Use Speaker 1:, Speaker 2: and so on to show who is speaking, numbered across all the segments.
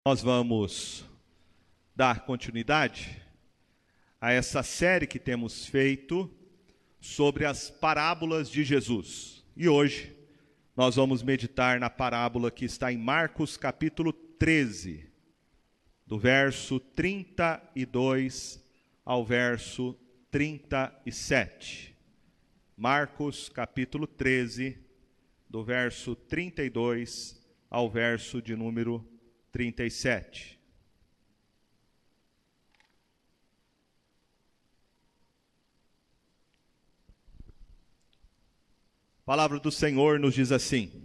Speaker 1: Nós vamos dar continuidade a essa série que temos feito sobre as parábolas de Jesus. E hoje nós vamos meditar na parábola que está em Marcos capítulo 13, do verso 32 ao verso 37. Marcos capítulo 13, do verso 32 ao verso de número 37. A palavra do Senhor nos diz assim: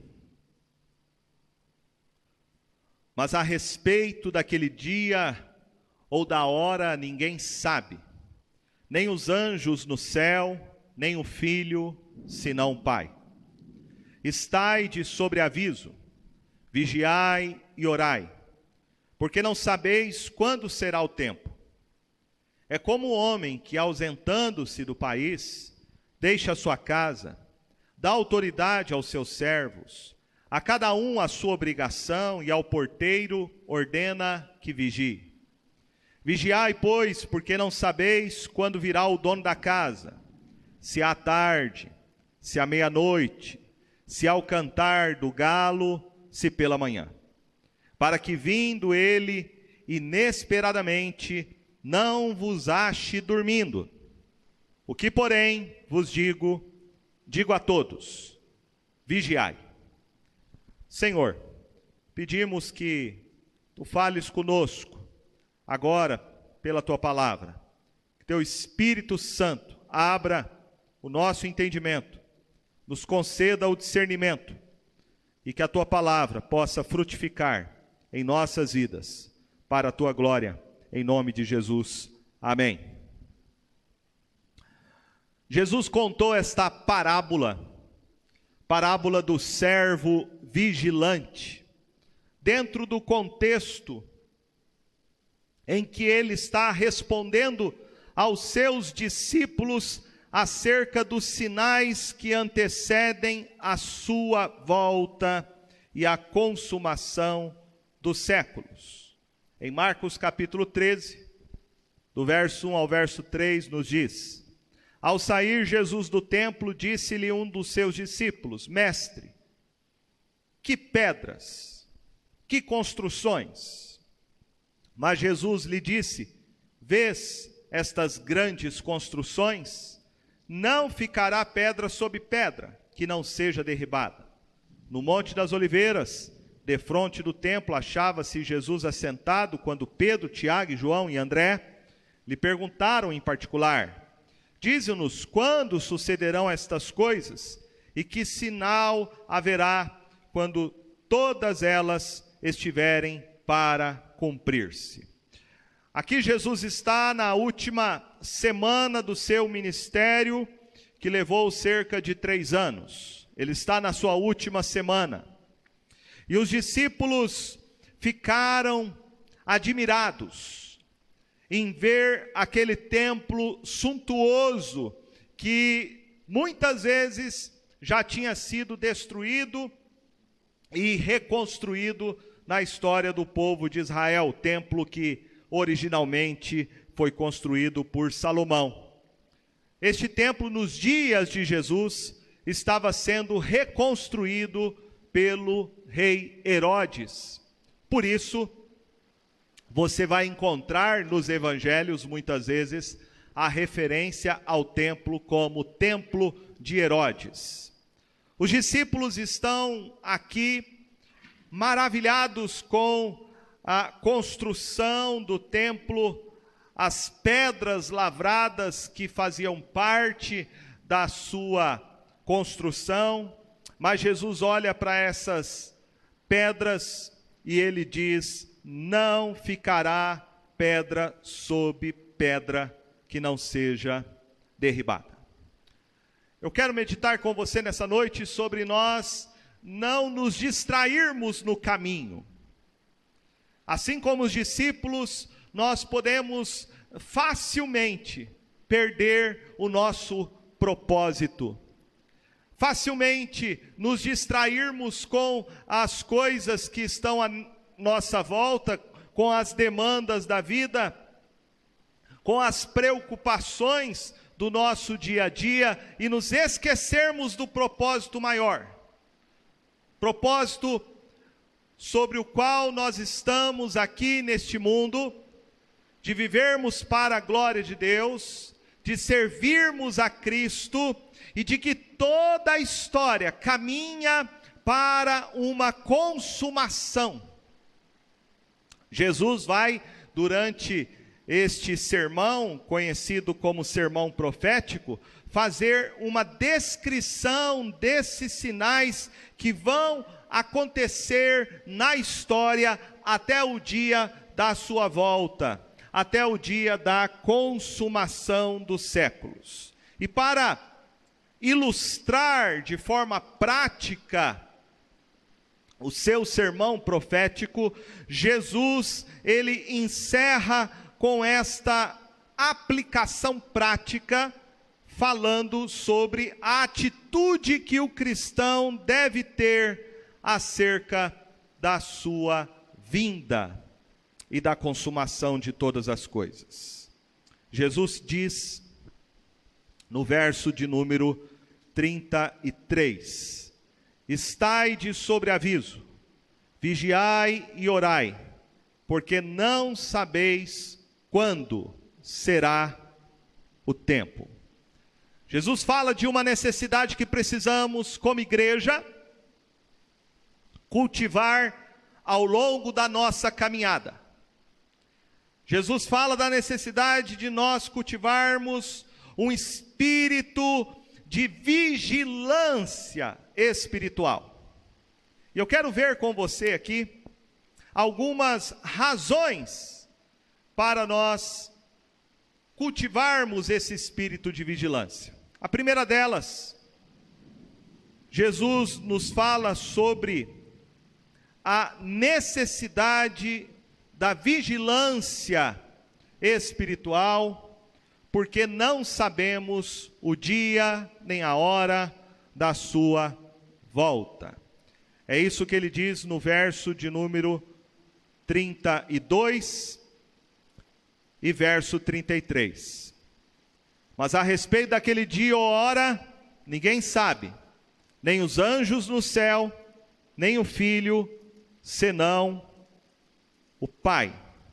Speaker 1: mas a respeito daquele dia ou da hora ninguém sabe, nem os anjos no céu, nem o Filho, senão o Pai. Estai de sobreaviso, vigiai e orai, porque não sabeis quando será o tempo. É como o homem que, ausentando-se do país, deixa a sua casa, dá autoridade aos seus servos, a cada um a sua obrigação, e ao porteiro ordena que vigie. Vigiai, pois, porque não sabeis quando virá o dono da casa, se à tarde, se à meia-noite, se ao cantar do galo, se pela manhã, para que vindo ele inesperadamente não vos ache dormindo. O que, porém, vos digo a todos: vigiai. Senhor, pedimos que tu fales conosco agora pela tua palavra, que teu Espírito Santo abra o nosso entendimento, nos conceda o discernimento, e que a tua palavra possa frutificar em nossas vidas, para a tua glória, em nome de Jesus. Amém. Jesus contou esta parábola do servo vigilante, dentro do contexto em que ele está respondendo aos seus discípulos acerca dos sinais que antecedem a sua volta e a consumação dos séculos. Em Marcos capítulo 13, do verso 1 ao verso 3, nos diz: ao sair Jesus do templo, disse-lhe um dos seus discípulos: mestre, que pedras, que construções. Mas Jesus lhe disse: vês estas grandes construções? Não ficará pedra sobre pedra que não seja derribada. No Monte das Oliveiras, defronte do templo, achava-se Jesus assentado, quando Pedro, Tiago, João e André lhe perguntaram em particular: dize-nos quando sucederão estas coisas, e que sinal haverá quando todas elas estiverem para cumprir-se. Aqui Jesus está na última semana do seu ministério, que levou cerca de 3 anos. Ele está na sua última semana. E os discípulos ficaram admirados em ver aquele templo suntuoso, que muitas vezes já tinha sido destruído e reconstruído na história do povo de Israel, o templo que originalmente foi construído por Salomão. Este templo, nos dias de Jesus, estava sendo reconstruído pelo rei Herodes. Por isso, você vai encontrar nos evangelhos, muitas vezes, a referência ao templo como Templo de Herodes. Os discípulos estão aqui maravilhados com a construção do templo, as pedras lavradas que faziam parte da sua construção. Mas Jesus olha para essas pedras e ele diz: não ficará pedra sobre pedra que não seja derribada. Eu quero meditar com você nessa noite sobre nós não nos distrairmos no caminho. Assim como os discípulos, nós podemos facilmente perder o nosso propósito. Facilmente nos distrairmos com as coisas que estão nossa volta, com as demandas da vida, com as preocupações do nosso dia a dia e nos esquecermos do propósito maior, propósito sobre o qual nós estamos aqui neste mundo, de vivermos para a glória de Deus, de servirmos a Cristo e de que toda a história caminha para uma consumação. Jesus vai, durante este sermão, conhecido como sermão profético, fazer uma descrição desses sinais que vão acontecer na história até o dia da sua volta, até o dia da consumação dos séculos. E para ilustrar de forma prática o seu sermão profético, Jesus, ele encerra com esta aplicação prática, falando sobre a atitude que o cristão deve ter acerca da sua vinda e da consumação de todas as coisas. Jesus diz, no verso de número 33, estai de sobreaviso, vigiai e orai, porque não sabeis quando será o tempo. Jesus fala de uma necessidade que precisamos, como igreja, cultivar ao longo da nossa caminhada. Jesus fala da necessidade de nós cultivarmos um espírito de vigilância espiritual. E eu quero ver com você aqui algumas razões para nós cultivarmos esse espírito de vigilância. A primeira delas, Jesus nos fala sobre a necessidade da vigilância espiritual, porque não sabemos o dia nem a hora da sua volta. É isso que ele diz no verso de número 32 e verso 33. Mas a respeito daquele dia ou hora, ninguém sabe, nem os anjos no céu, nem o Filho, senão o Pai.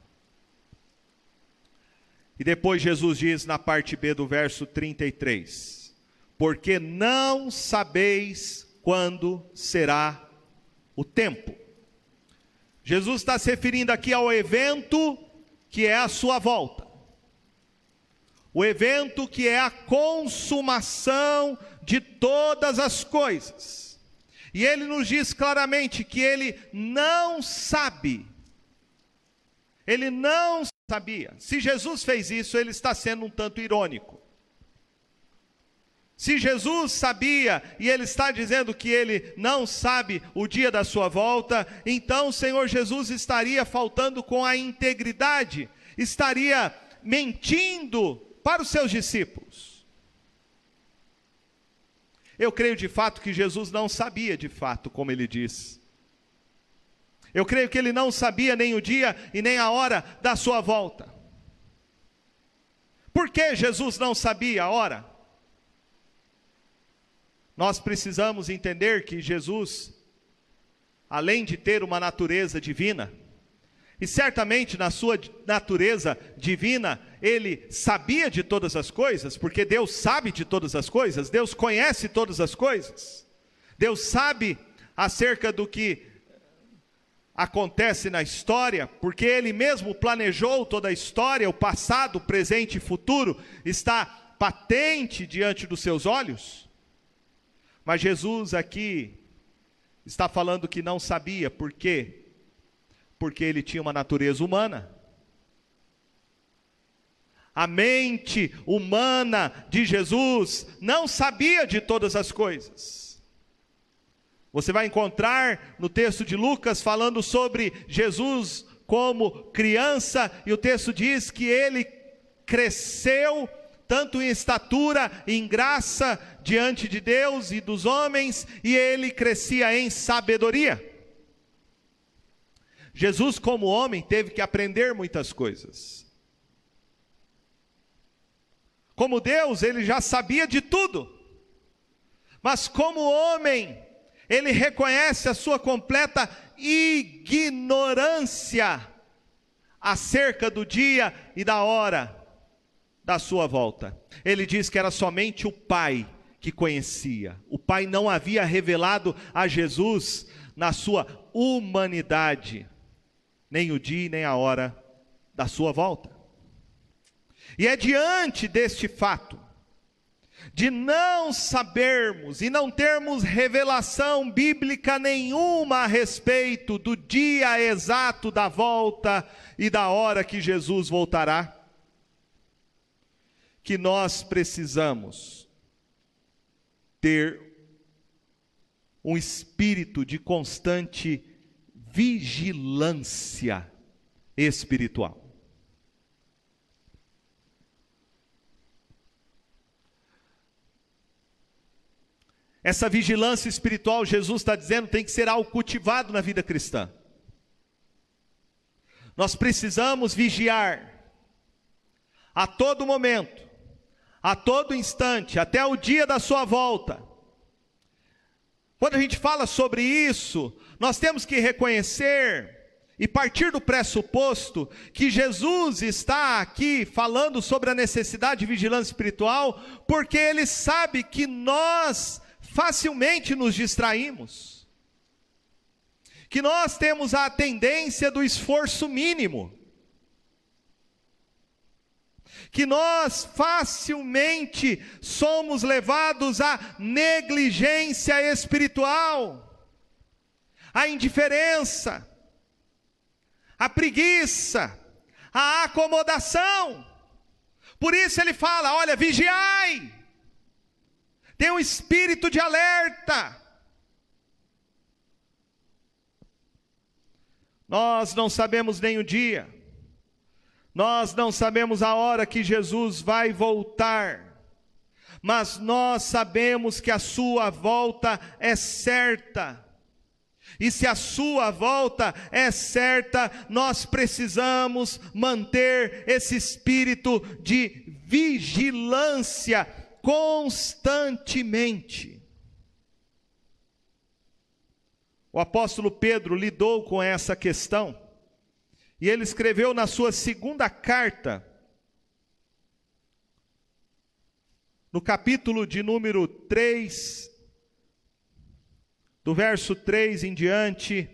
Speaker 1: E depois Jesus diz na parte B do verso 33, porque não sabeis quando será o tempo. Jesus está se referindo aqui ao evento que é a sua volta. O evento que é a consumação de todas as coisas. E ele nos diz claramente que ele não sabe. Ele não sabia. Se Jesus fez isso, ele está sendo um tanto irônico. Se Jesus sabia e ele está dizendo que ele não sabe o dia da sua volta, então o Senhor Jesus estaria faltando com a integridade, estaria mentindo para os seus discípulos. Eu creio de fato que Jesus não sabia de fato, como ele diz. Eu creio que ele não sabia nem o dia e nem a hora da sua volta. Por que Jesus não sabia a hora? Nós precisamos entender que Jesus, além de ter uma natureza divina, e certamente na sua natureza divina, ele sabia de todas as coisas, porque Deus sabe de todas as coisas, Deus conhece todas as coisas, Deus sabe acerca do que acontece na história, porque ele mesmo planejou toda a história, o passado, o presente e futuro, está patente diante dos seus olhos. Mas Jesus aqui está falando que não sabia. Por quê? Porque ele tinha uma natureza humana. A mente humana de Jesus não sabia de todas as coisas. Você vai encontrar no texto de Lucas falando sobre Jesus como criança, e o texto diz que ele cresceu tanto em estatura, em graça diante de Deus e dos homens, e ele crescia em sabedoria. Jesus, como homem, teve que aprender muitas coisas. Como Deus, ele já sabia de tudo. Mas como homem, ele reconhece a sua completa ignorância acerca do dia e da hora da sua volta. Ele diz que era somente o Pai que conhecia. O Pai não havia revelado a Jesus na sua humanidade, nem o dia nem a hora da sua volta. E é diante deste fato, de não sabermos e não termos revelação bíblica nenhuma a respeito do dia exato da volta e da hora que Jesus voltará, que nós precisamos ter um espírito de constante vigilância espiritual. Essa vigilância espiritual, Jesus está dizendo, tem que ser algo cultivado na vida cristã. Nós precisamos vigiar a todo momento, a todo instante, até o dia da sua volta. Quando a gente fala sobre isso, nós temos que reconhecer e partir do pressuposto que Jesus está aqui falando sobre a necessidade de vigilância espiritual, porque Ele sabe que nós facilmente nos distraímos, que nós temos a tendência do esforço mínimo, que nós facilmente somos levados à negligência espiritual, à indiferença, à preguiça, à acomodação. Por isso ele fala, olha, vigiai, tem um espírito de alerta. Nós não sabemos nem o dia, nós não sabemos a hora que Jesus vai voltar, mas nós sabemos que a sua volta é certa. E se a sua volta é certa, nós precisamos manter esse espírito de vigilância constantemente. O apóstolo Pedro lidou com essa questão, e ele escreveu na sua segunda carta, no capítulo de número 3, do verso 3 em diante,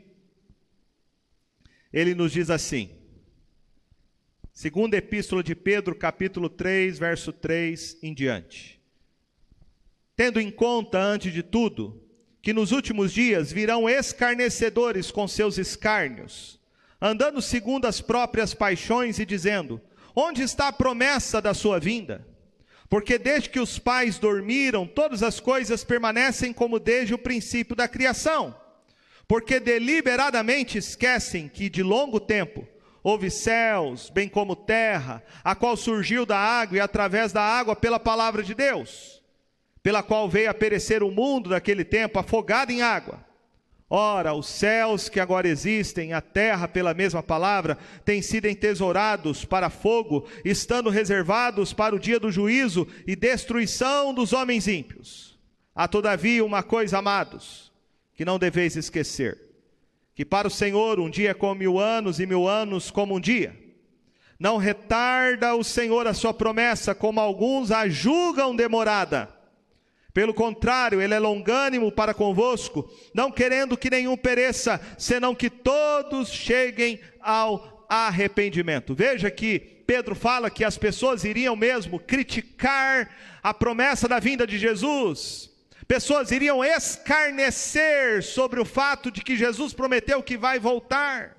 Speaker 1: ele nos diz assim, segunda epístola de Pedro, capítulo 3, verso 3 em diante. Tendo em conta, antes de tudo, que nos últimos dias virão escarnecedores com seus escárnios, andando segundo as próprias paixões e dizendo, onde está a promessa da sua vinda? Porque desde que os pais dormiram, todas as coisas permanecem como desde o princípio da criação. Porque deliberadamente esquecem que de longo tempo houve céus, bem como terra, a qual surgiu da água e através da água pela palavra de Deus, pela qual veio a perecer o mundo daquele tempo, afogado em água. Ora, os céus que agora existem, a terra pela mesma palavra, têm sido entesourados para fogo, estando reservados para o dia do juízo e destruição dos homens ímpios. Há todavia uma coisa, amados, que não deveis esquecer, que para o Senhor um dia é como 1000 anos e 1000 anos como um dia. Não retarda o Senhor a sua promessa, como alguns a julgam demorada. Pelo contrário, Ele é longânimo para convosco, não querendo que nenhum pereça, senão que todos cheguem ao arrependimento. Veja que Pedro fala que as pessoas iriam mesmo criticar a promessa da vinda de Jesus. Pessoas iriam escarnecer sobre o fato de que Jesus prometeu que vai voltar.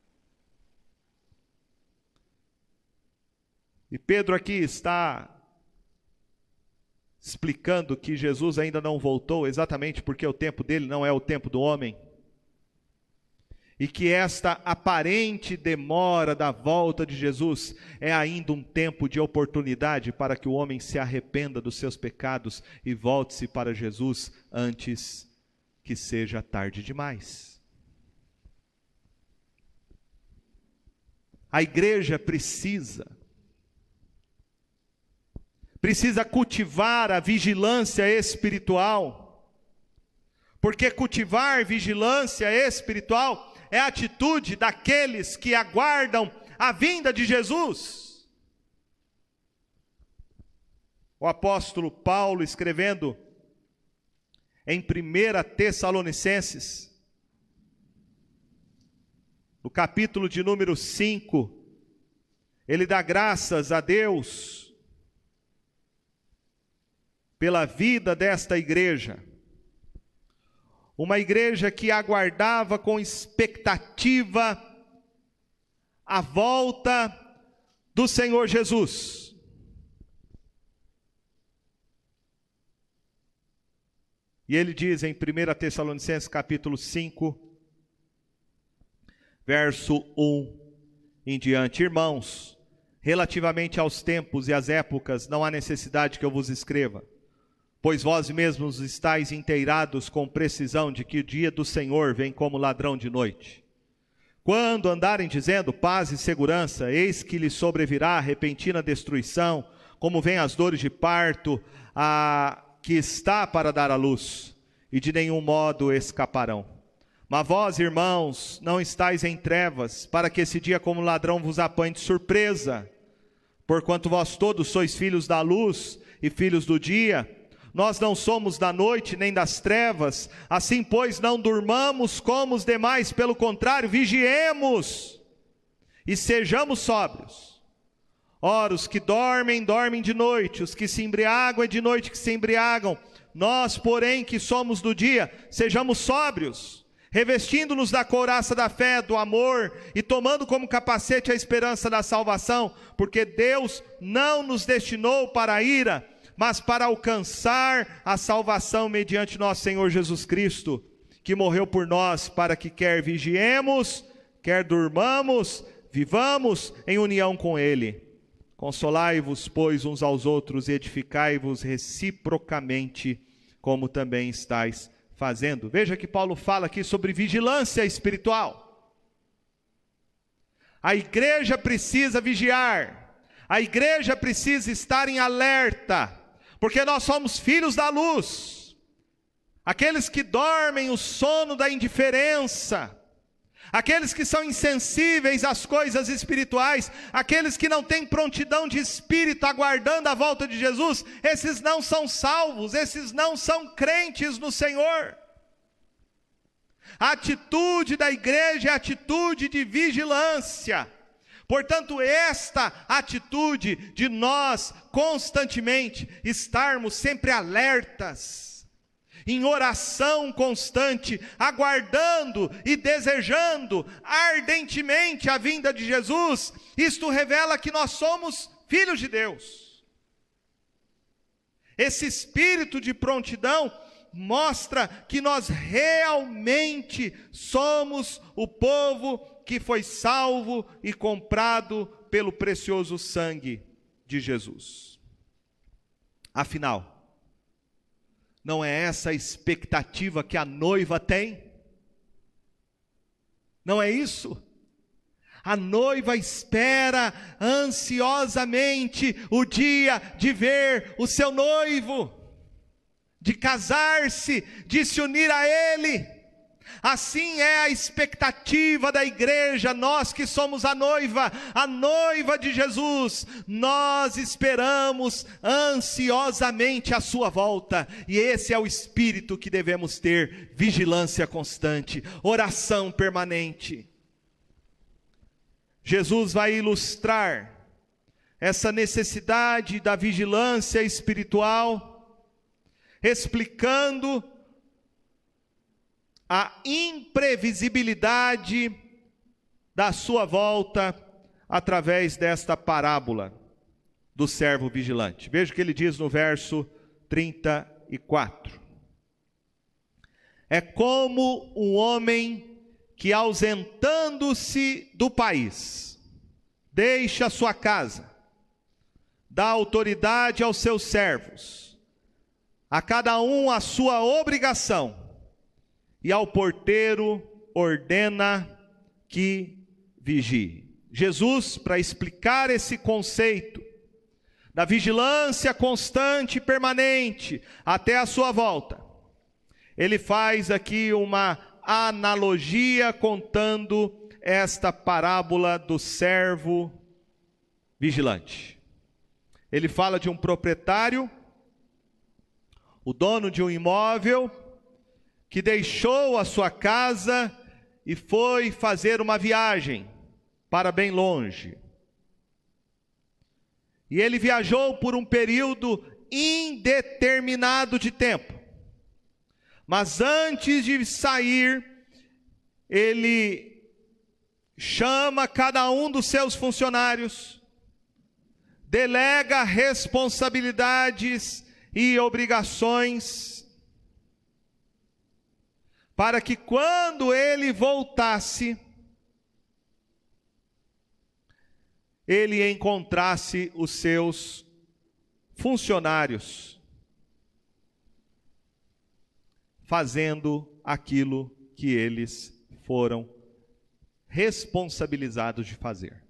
Speaker 1: E Pedro aqui está explicando que Jesus ainda não voltou, exatamente porque o tempo dele não é o tempo do homem. E que esta aparente demora da volta de Jesus é ainda um tempo de oportunidade para que o homem se arrependa dos seus pecados e volte-se para Jesus antes que seja tarde demais. A igreja precisa cultivar a vigilância espiritual, porque cultivar vigilância espiritual é a atitude daqueles que aguardam a vinda de Jesus. O apóstolo Paulo, escrevendo em 1 Tessalonicenses, no capítulo de número 5, ele dá graças a Deus pela vida desta igreja. Uma igreja que aguardava com expectativa a volta do Senhor Jesus. E ele diz em 1 Tessalonicenses capítulo 5, verso 1 em diante: irmãos, relativamente aos tempos e às épocas, não há necessidade que eu vos escreva, pois vós mesmos estáis inteirados com precisão de que o dia do Senhor vem como ladrão de noite. Quando andarem dizendo paz e segurança, eis que lhes sobrevirá repentina destruição, como vem as dores de parto, a que está para dar à luz, e de nenhum modo escaparão. Mas vós, irmãos, não estáis em trevas, para que esse dia como ladrão vos apanhe de surpresa. Porquanto vós todos sois filhos da luz e filhos do dia, nós não somos da noite nem das trevas. Assim, pois, não durmamos como os demais, pelo contrário, vigiemos e sejamos sóbrios. Ora, os que dormem, dormem de noite, os que se embriagam, é de noite que se embriagam. Nós, porém, que somos do dia, sejamos sóbrios, revestindo-nos da couraça da fé, do amor, e tomando como capacete a esperança da salvação, porque Deus não nos destinou para a ira, mas para alcançar a salvação mediante nosso Senhor Jesus Cristo, que morreu por nós, para que quer vigiemos, quer durmamos, vivamos em união com Ele. Consolai-vos, pois, uns aos outros e edificai-vos reciprocamente, como também estáis fazendo. Veja que Paulo fala aqui sobre vigilância espiritual. A igreja precisa vigiar, a igreja precisa estar em alerta, porque nós somos filhos da luz. Aqueles que dormem o sono da indiferença, aqueles que são insensíveis às coisas espirituais, aqueles que não têm prontidão de espírito aguardando a volta de Jesus, esses não são salvos, esses não são crentes no Senhor. A atitude da igreja é a atitude de vigilância. Portanto, esta atitude de nós constantemente estarmos sempre alertas, em oração constante, aguardando e desejando ardentemente a vinda de Jesus, isto revela que nós somos filhos de Deus. Esse espírito de prontidão mostra que nós realmente somos o povo que foi salvo e comprado pelo precioso sangue de Jesus. Afinal, não é essa a expectativa que a noiva tem? Não é isso? A noiva espera ansiosamente o dia de ver o seu noivo, de casar-se, de se unir a ele. Assim é a expectativa da igreja, nós que somos a noiva de Jesus, nós esperamos ansiosamente a sua volta, e esse é o espírito que devemos ter: vigilância constante, oração permanente. Jesus vai ilustrar essa necessidade da vigilância espiritual, explicando a imprevisibilidade da sua volta através desta parábola do servo vigilante. Veja o que ele diz no verso 34. É como um homem que, ausentando-se do país, deixa sua casa, dá autoridade aos seus servos, a cada um a sua obrigação, e ao porteiro ordena que vigie. Jesus, para explicar esse conceito da vigilância constante e permanente até a sua volta, ele faz aqui uma analogia contando esta parábola do servo vigilante. Ele fala de um proprietário, o dono de um imóvel, que deixou a sua casa e foi fazer uma viagem para bem longe. E ele viajou por um período indeterminado de tempo. Mas antes de sair, ele chama cada um dos seus funcionários, delega responsabilidades e obrigações, para que quando ele voltasse, ele encontrasse os seus funcionários fazendo aquilo que eles foram responsabilizados de fazer.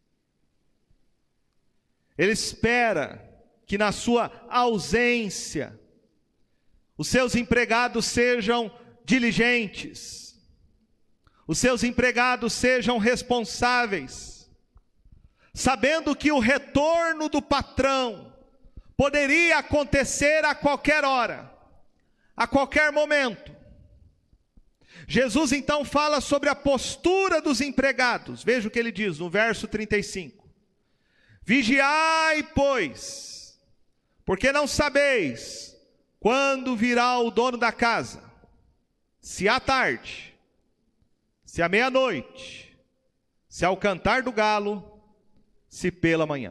Speaker 1: Ele espera que na sua ausência os seus empregados sejam diligentes, os seus empregados sejam responsáveis, sabendo que o retorno do patrão poderia acontecer a qualquer hora, a qualquer momento. Jesus então fala sobre a postura dos empregados. Veja o que ele diz no verso 35. Vigiai, pois, porque não sabeis quando virá o dono da casa, se à tarde, se à meia-noite, se ao cantar do galo, se pela manhã.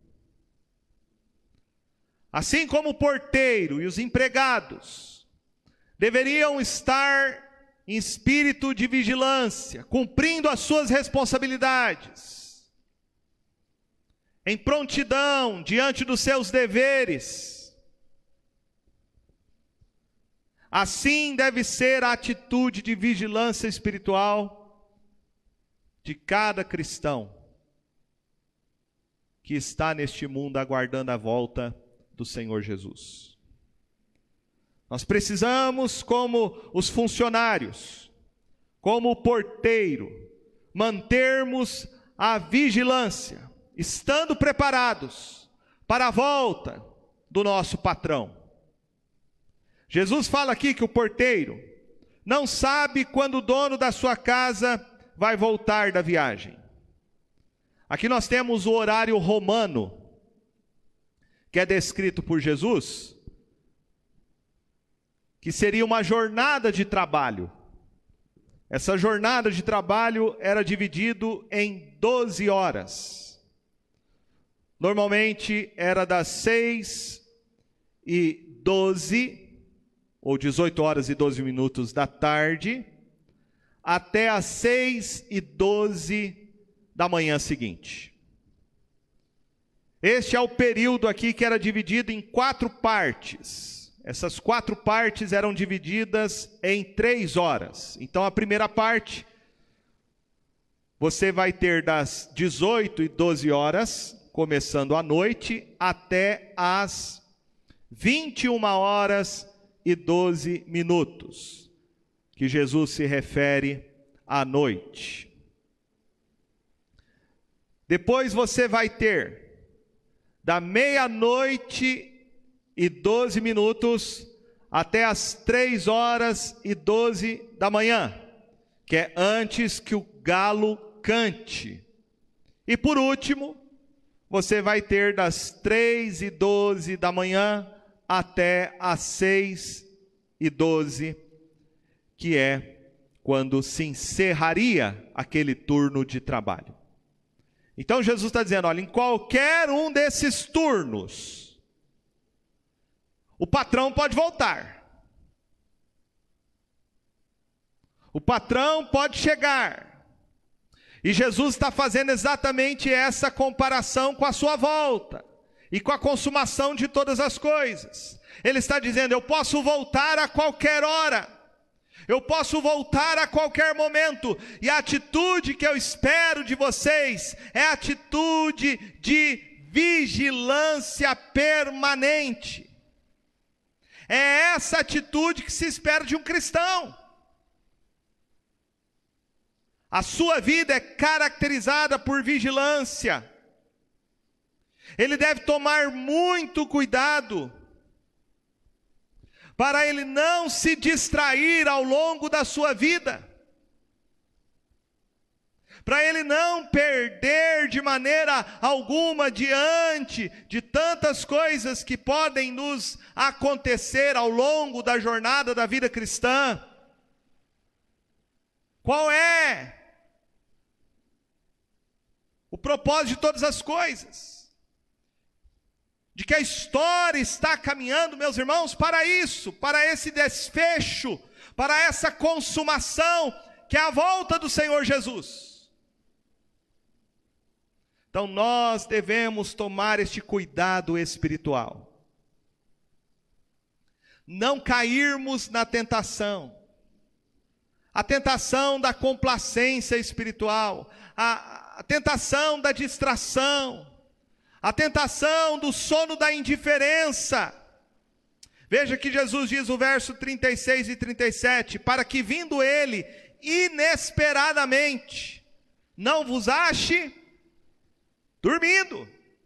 Speaker 1: Assim como o porteiro e os empregados deveriam estar em espírito de vigilância, cumprindo as suas responsabilidades, em prontidão diante dos seus deveres, assim deve ser a atitude de vigilância espiritual de cada cristão que está neste mundo aguardando a volta do Senhor Jesus. Nós precisamos, como os funcionários, como o porteiro, mantermos a vigilância, estando preparados para a volta do nosso patrão. Jesus fala aqui que o porteiro não sabe quando o dono da sua casa vai voltar da viagem. Aqui nós temos o horário romano, que é descrito por Jesus, que seria uma jornada de trabalho. Essa jornada de trabalho era dividido em 12 horas. Normalmente era das 6h12, ou 18 horas e 12 minutos da tarde, até as 6h12 da manhã seguinte. Este é o período aqui que era dividido em 4 partes. Essas 4 partes eram divididas em 3 horas. Então a primeira parte, você vai ter das 18h12, começando à noite, até as 21h12, que Jesus se refere à noite. Depois você vai ter da 00:12 até as 3h12 da manhã, que é antes que o galo cante. E por último, você vai ter das 3h12 da manhã até as 6h12, que é quando se encerraria aquele turno de trabalho. Então Jesus está dizendo, olha, em qualquer um desses turnos, o patrão pode voltar. O patrão pode chegar. E Jesus está fazendo exatamente essa comparação com a sua volta e com a consumação de todas as coisas. Ele está dizendo, eu posso voltar a qualquer hora. Eu posso voltar a qualquer momento, e a atitude que eu espero de vocês é a atitude de vigilância permanente. É essa atitude que se espera de um cristão. A sua vida é caracterizada por vigilância. Ele deve tomar muito cuidado para ele não se distrair ao longo da sua vida, para ele não perder de maneira alguma diante de tantas coisas que podem nos acontecer ao longo da jornada da vida cristã. Qual é o propósito de todas as coisas? De que a história está caminhando, meus irmãos, para isso, para esse desfecho, para essa consumação, que é a volta do Senhor Jesus. Então nós devemos tomar este cuidado espiritual. Não cairmos na tentação. A tentação da complacência espiritual, a tentação da distração, a tentação do sono da indiferença. Veja que Jesus diz o verso 36 e 37, para que vindo ele inesperadamente, não vos ache dormindo.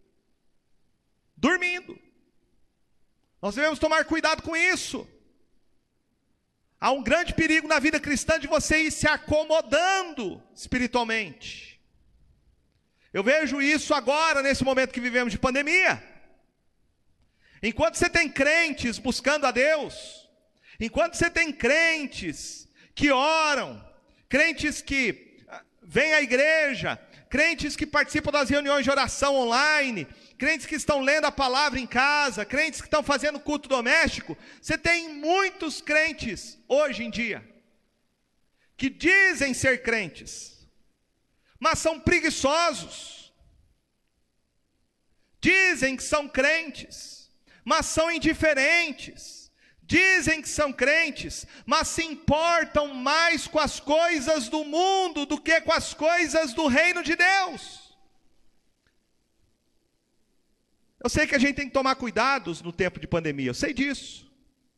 Speaker 1: Nós devemos tomar cuidado com isso. Há um grande perigo na vida cristã de você ir se acomodando espiritualmente. Eu vejo isso agora, nesse momento que vivemos de pandemia. Enquanto você tem crentes buscando a Deus, enquanto você tem crentes que oram, crentes que vêm à igreja, crentes que participam das reuniões de oração online, crentes que estão lendo a palavra em casa, crentes que estão fazendo culto doméstico, você tem muitos crentes hoje em dia, que dizem ser crentes, mas são preguiçosos. Dizem que são crentes, mas são indiferentes. Dizem que são crentes, mas se importam mais com as coisas do mundo do que com as coisas do reino de Deus. Eu sei que a gente tem que tomar cuidados no tempo de pandemia, eu sei disso.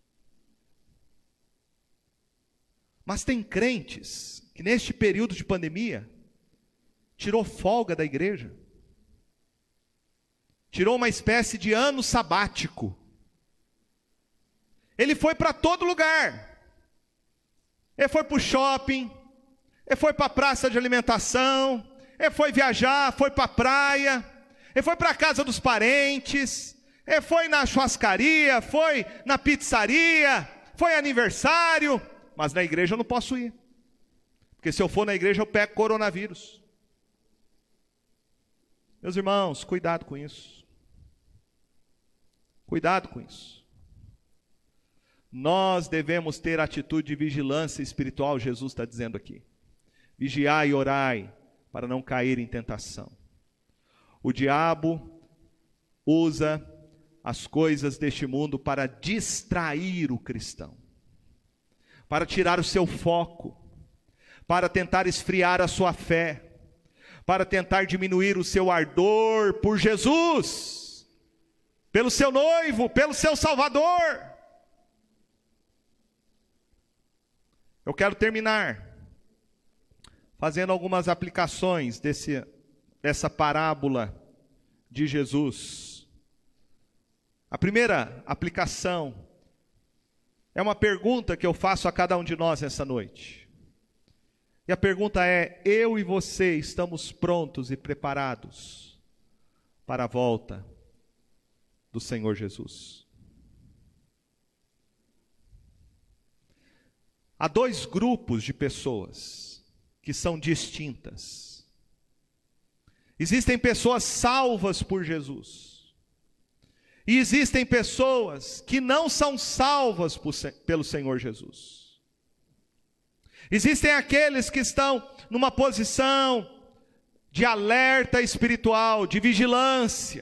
Speaker 1: Mas tem crentes que neste período de pandemia tirou folga da igreja, tirou uma espécie de ano sabático. Ele foi para todo lugar. Ele foi para o shopping, ele foi para a praça de alimentação, ele foi viajar, foi para a praia, ele foi para a casa dos parentes, ele foi na churrascaria, foi na pizzaria, foi aniversário, mas na igreja eu não posso ir, porque se eu for na igreja eu pego coronavírus. Meus irmãos, cuidado com isso. Cuidado com isso. Nós devemos ter atitude de vigilância espiritual, Jesus está dizendo aqui. Vigiai e orai, para não cair em tentação. O diabo usa as coisas deste mundo para distrair o cristão, para tirar o seu foco, para tentar esfriar a sua fé, para tentar diminuir o seu ardor por Jesus, pelo seu noivo, pelo seu Salvador. Eu quero terminar fazendo algumas aplicações dessa parábola de Jesus. A primeira aplicação é uma pergunta que eu faço a cada um de nós essa noite. E a pergunta é: eu e você estamos prontos e preparados para a volta do Senhor Jesus? Há dois grupos de pessoas que são distintas. Existem pessoas salvas por Jesus, e existem pessoas que não são salvas pelo Senhor Jesus. Existem aqueles que estão numa posição de alerta espiritual, de vigilância,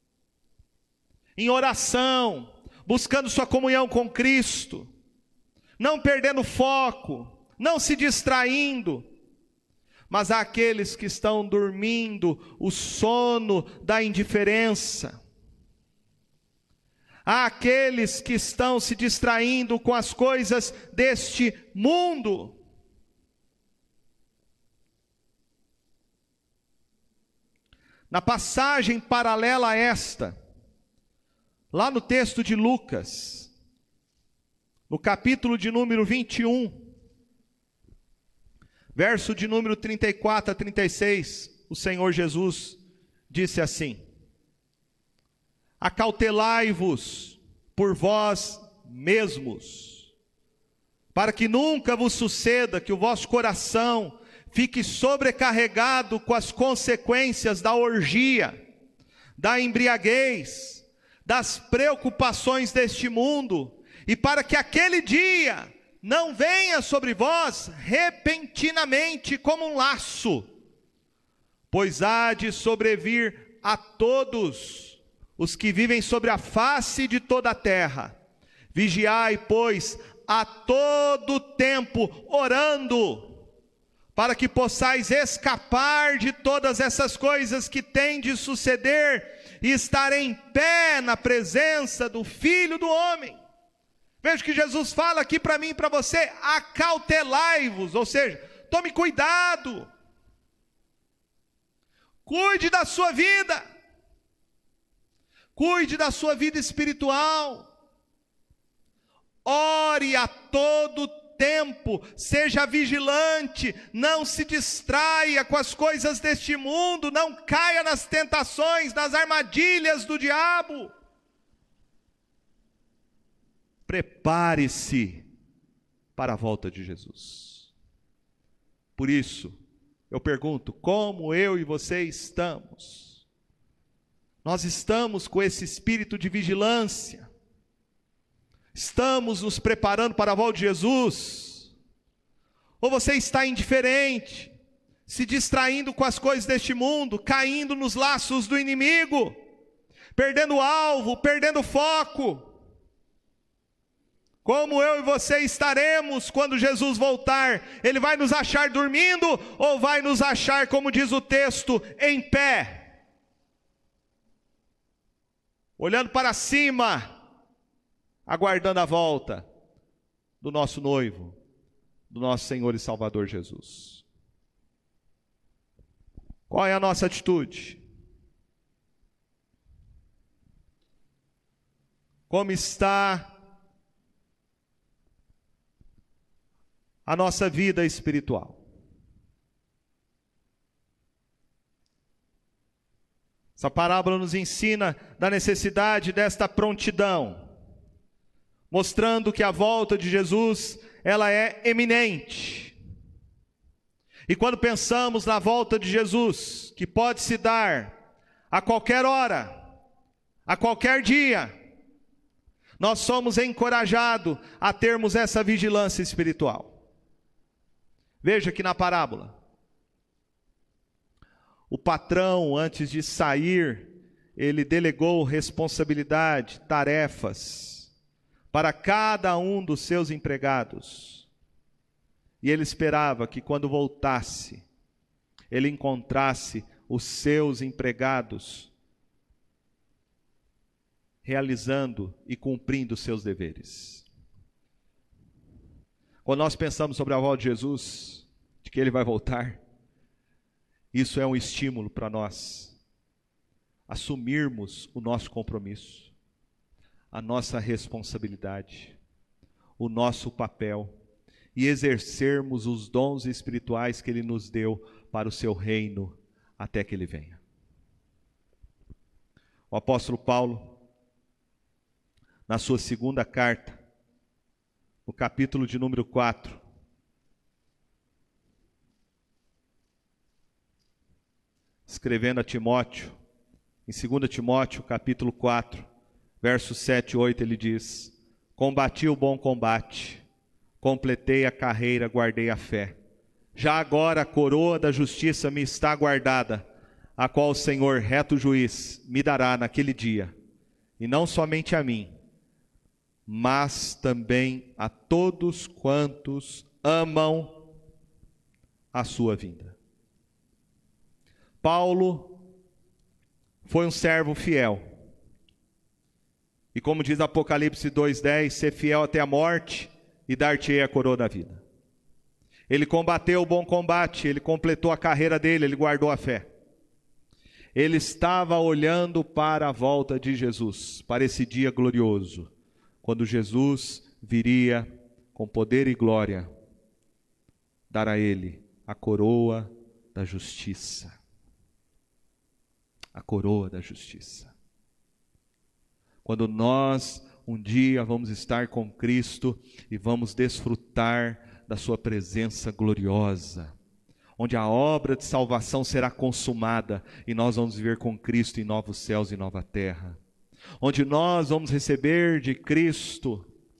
Speaker 1: em oração, buscando sua comunhão com Cristo, não perdendo foco, não se distraindo. Mas há aqueles que estão dormindo o sono da indiferença. Há aqueles que estão se distraindo com as coisas deste mundo. Na passagem paralela a esta, lá no texto de Lucas, no capítulo de número 21, verso de número 34 a 36, o Senhor Jesus disse assim: acautelai-vos por vós mesmos, para que nunca vos suceda que o vosso coração fique sobrecarregado com as consequências da orgia, da embriaguez, das preocupações deste mundo, e para que aquele dia não venha sobre vós repentinamente como um laço, pois há de sobrevir a todos os que vivem sobre a face de toda a terra. Vigiai, pois, a todo tempo, orando, para que possais escapar de todas essas coisas que têm de suceder e estar em pé na presença do Filho do Homem. Veja que Jesus fala aqui para mim e para você: acautelai-vos, ou seja, tome cuidado, cuide da sua vida, cuide da sua vida espiritual, ore a todo tempo, seja vigilante, não se distraia com as coisas deste mundo, não caia nas tentações, nas armadilhas do diabo. Prepare-se para a volta de Jesus. Por isso, eu pergunto, como eu e você estamos? Nós estamos com esse espírito de vigilância? Estamos nos preparando para a volta de Jesus? Ou você está indiferente, se distraindo com as coisas deste mundo, caindo nos laços do inimigo, perdendo o alvo, perdendo o foco? Como eu e você estaremos quando Jesus voltar? Ele vai nos achar dormindo ou vai nos achar, como diz o texto, em pé? Olhando para cima, aguardando a volta do nosso noivo, do nosso Senhor e Salvador Jesus. Qual é a nossa atitude? Como está a nossa vida espiritual? Essa parábola nos ensina da necessidade desta prontidão, mostrando que a volta de Jesus, ela é eminente. E quando pensamos na volta de Jesus, que pode se dar a qualquer hora, a qualquer dia, nós somos encorajados a termos essa vigilância espiritual. Veja que na parábola, o patrão, antes de sair, ele delegou responsabilidade, tarefas, para cada um dos seus empregados. E ele esperava que quando voltasse, ele encontrasse os seus empregados realizando e cumprindo os seus deveres. Quando nós pensamos sobre a volta de Jesus, de que Ele vai voltar, isso é um estímulo para nós assumirmos o nosso compromisso, a nossa responsabilidade, o nosso papel e exercermos os dons espirituais que Ele nos deu para o seu reino até que Ele venha. O apóstolo Paulo, na sua segunda carta, no capítulo de número 4, escrevendo a Timóteo, em 2 Timóteo, capítulo 4, versos 7 e 8, ele diz: combati o bom combate, completei a carreira, guardei a fé. Já agora a coroa da justiça me está guardada, a qual o Senhor, reto juiz, me dará naquele dia, e não somente a mim, mas também a todos quantos amam a sua vinda. Paulo foi um servo fiel. E como diz Apocalipse 2:10, ser fiel até a morte e dar-te-ei a coroa da vida. Ele combateu o bom combate, ele completou a carreira dele, ele guardou a fé. Ele estava olhando para a volta de Jesus, para esse dia glorioso, quando Jesus viria com poder e glória, dar a ele a coroa da justiça. A coroa da justiça. Quando nós um dia vamos estar com Cristo e vamos desfrutar da sua presença gloriosa, onde a obra de salvação será consumada e nós vamos viver com Cristo em novos céus e nova terra, onde nós vamos receber de Cristo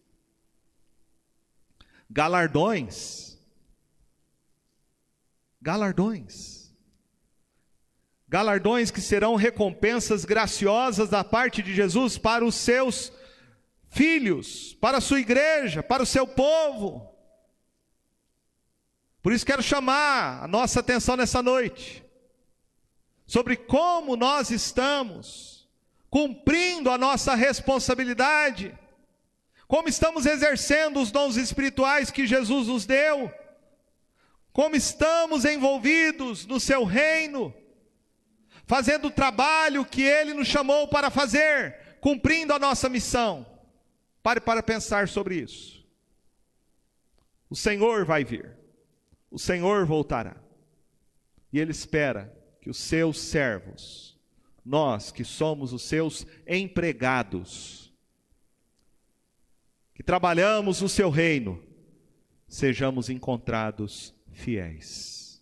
Speaker 1: galardões que serão recompensas graciosas da parte de Jesus para os seus filhos, para a sua igreja, para o seu povo. Por isso quero chamar a nossa atenção nessa noite, sobre como nós estamos cumprindo a nossa responsabilidade, como estamos exercendo os dons espirituais que Jesus nos deu, como estamos envolvidos no seu reino, fazendo o trabalho que Ele nos chamou para fazer, cumprindo a nossa missão. Pare para pensar sobre isso. O Senhor vai vir. O Senhor voltará. E Ele espera que os seus servos, nós que somos os seus empregados, que trabalhamos no seu reino, sejamos encontrados fiéis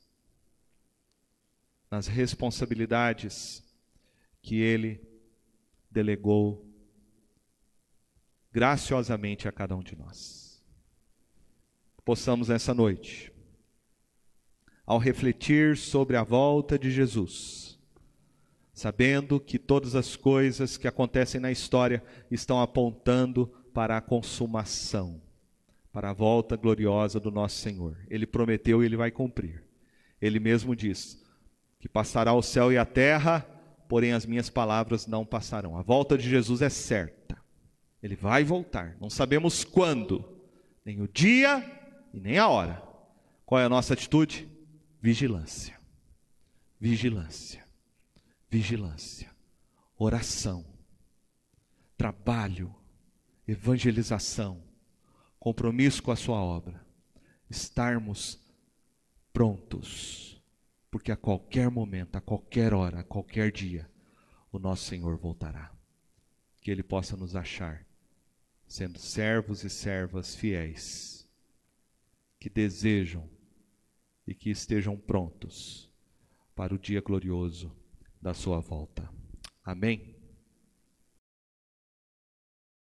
Speaker 1: nas responsabilidades que Ele delegou graciosamente a cada um de nós. Possamos nessa noite, ao refletir sobre a volta de Jesus, sabendo que todas as coisas que acontecem na história estão apontando para a consumação, para a volta gloriosa do nosso Senhor. Ele prometeu e Ele vai cumprir. Ele mesmo diz que passará o céu e a terra, porém as minhas palavras não passarão. A volta de Jesus é certa. Ele vai voltar. Não sabemos quando, nem o dia e nem a hora. Qual é a nossa atitude? Vigilância. Vigilância. Vigilância. Oração. Trabalho. Evangelização. Compromisso com a sua obra. Estarmos prontos. Porque a qualquer momento, a qualquer hora, a qualquer dia, o nosso Senhor voltará. Que Ele possa nos achar sendo servos e servas fiéis, que desejam e que estejam prontos para o dia glorioso da sua volta. Amém?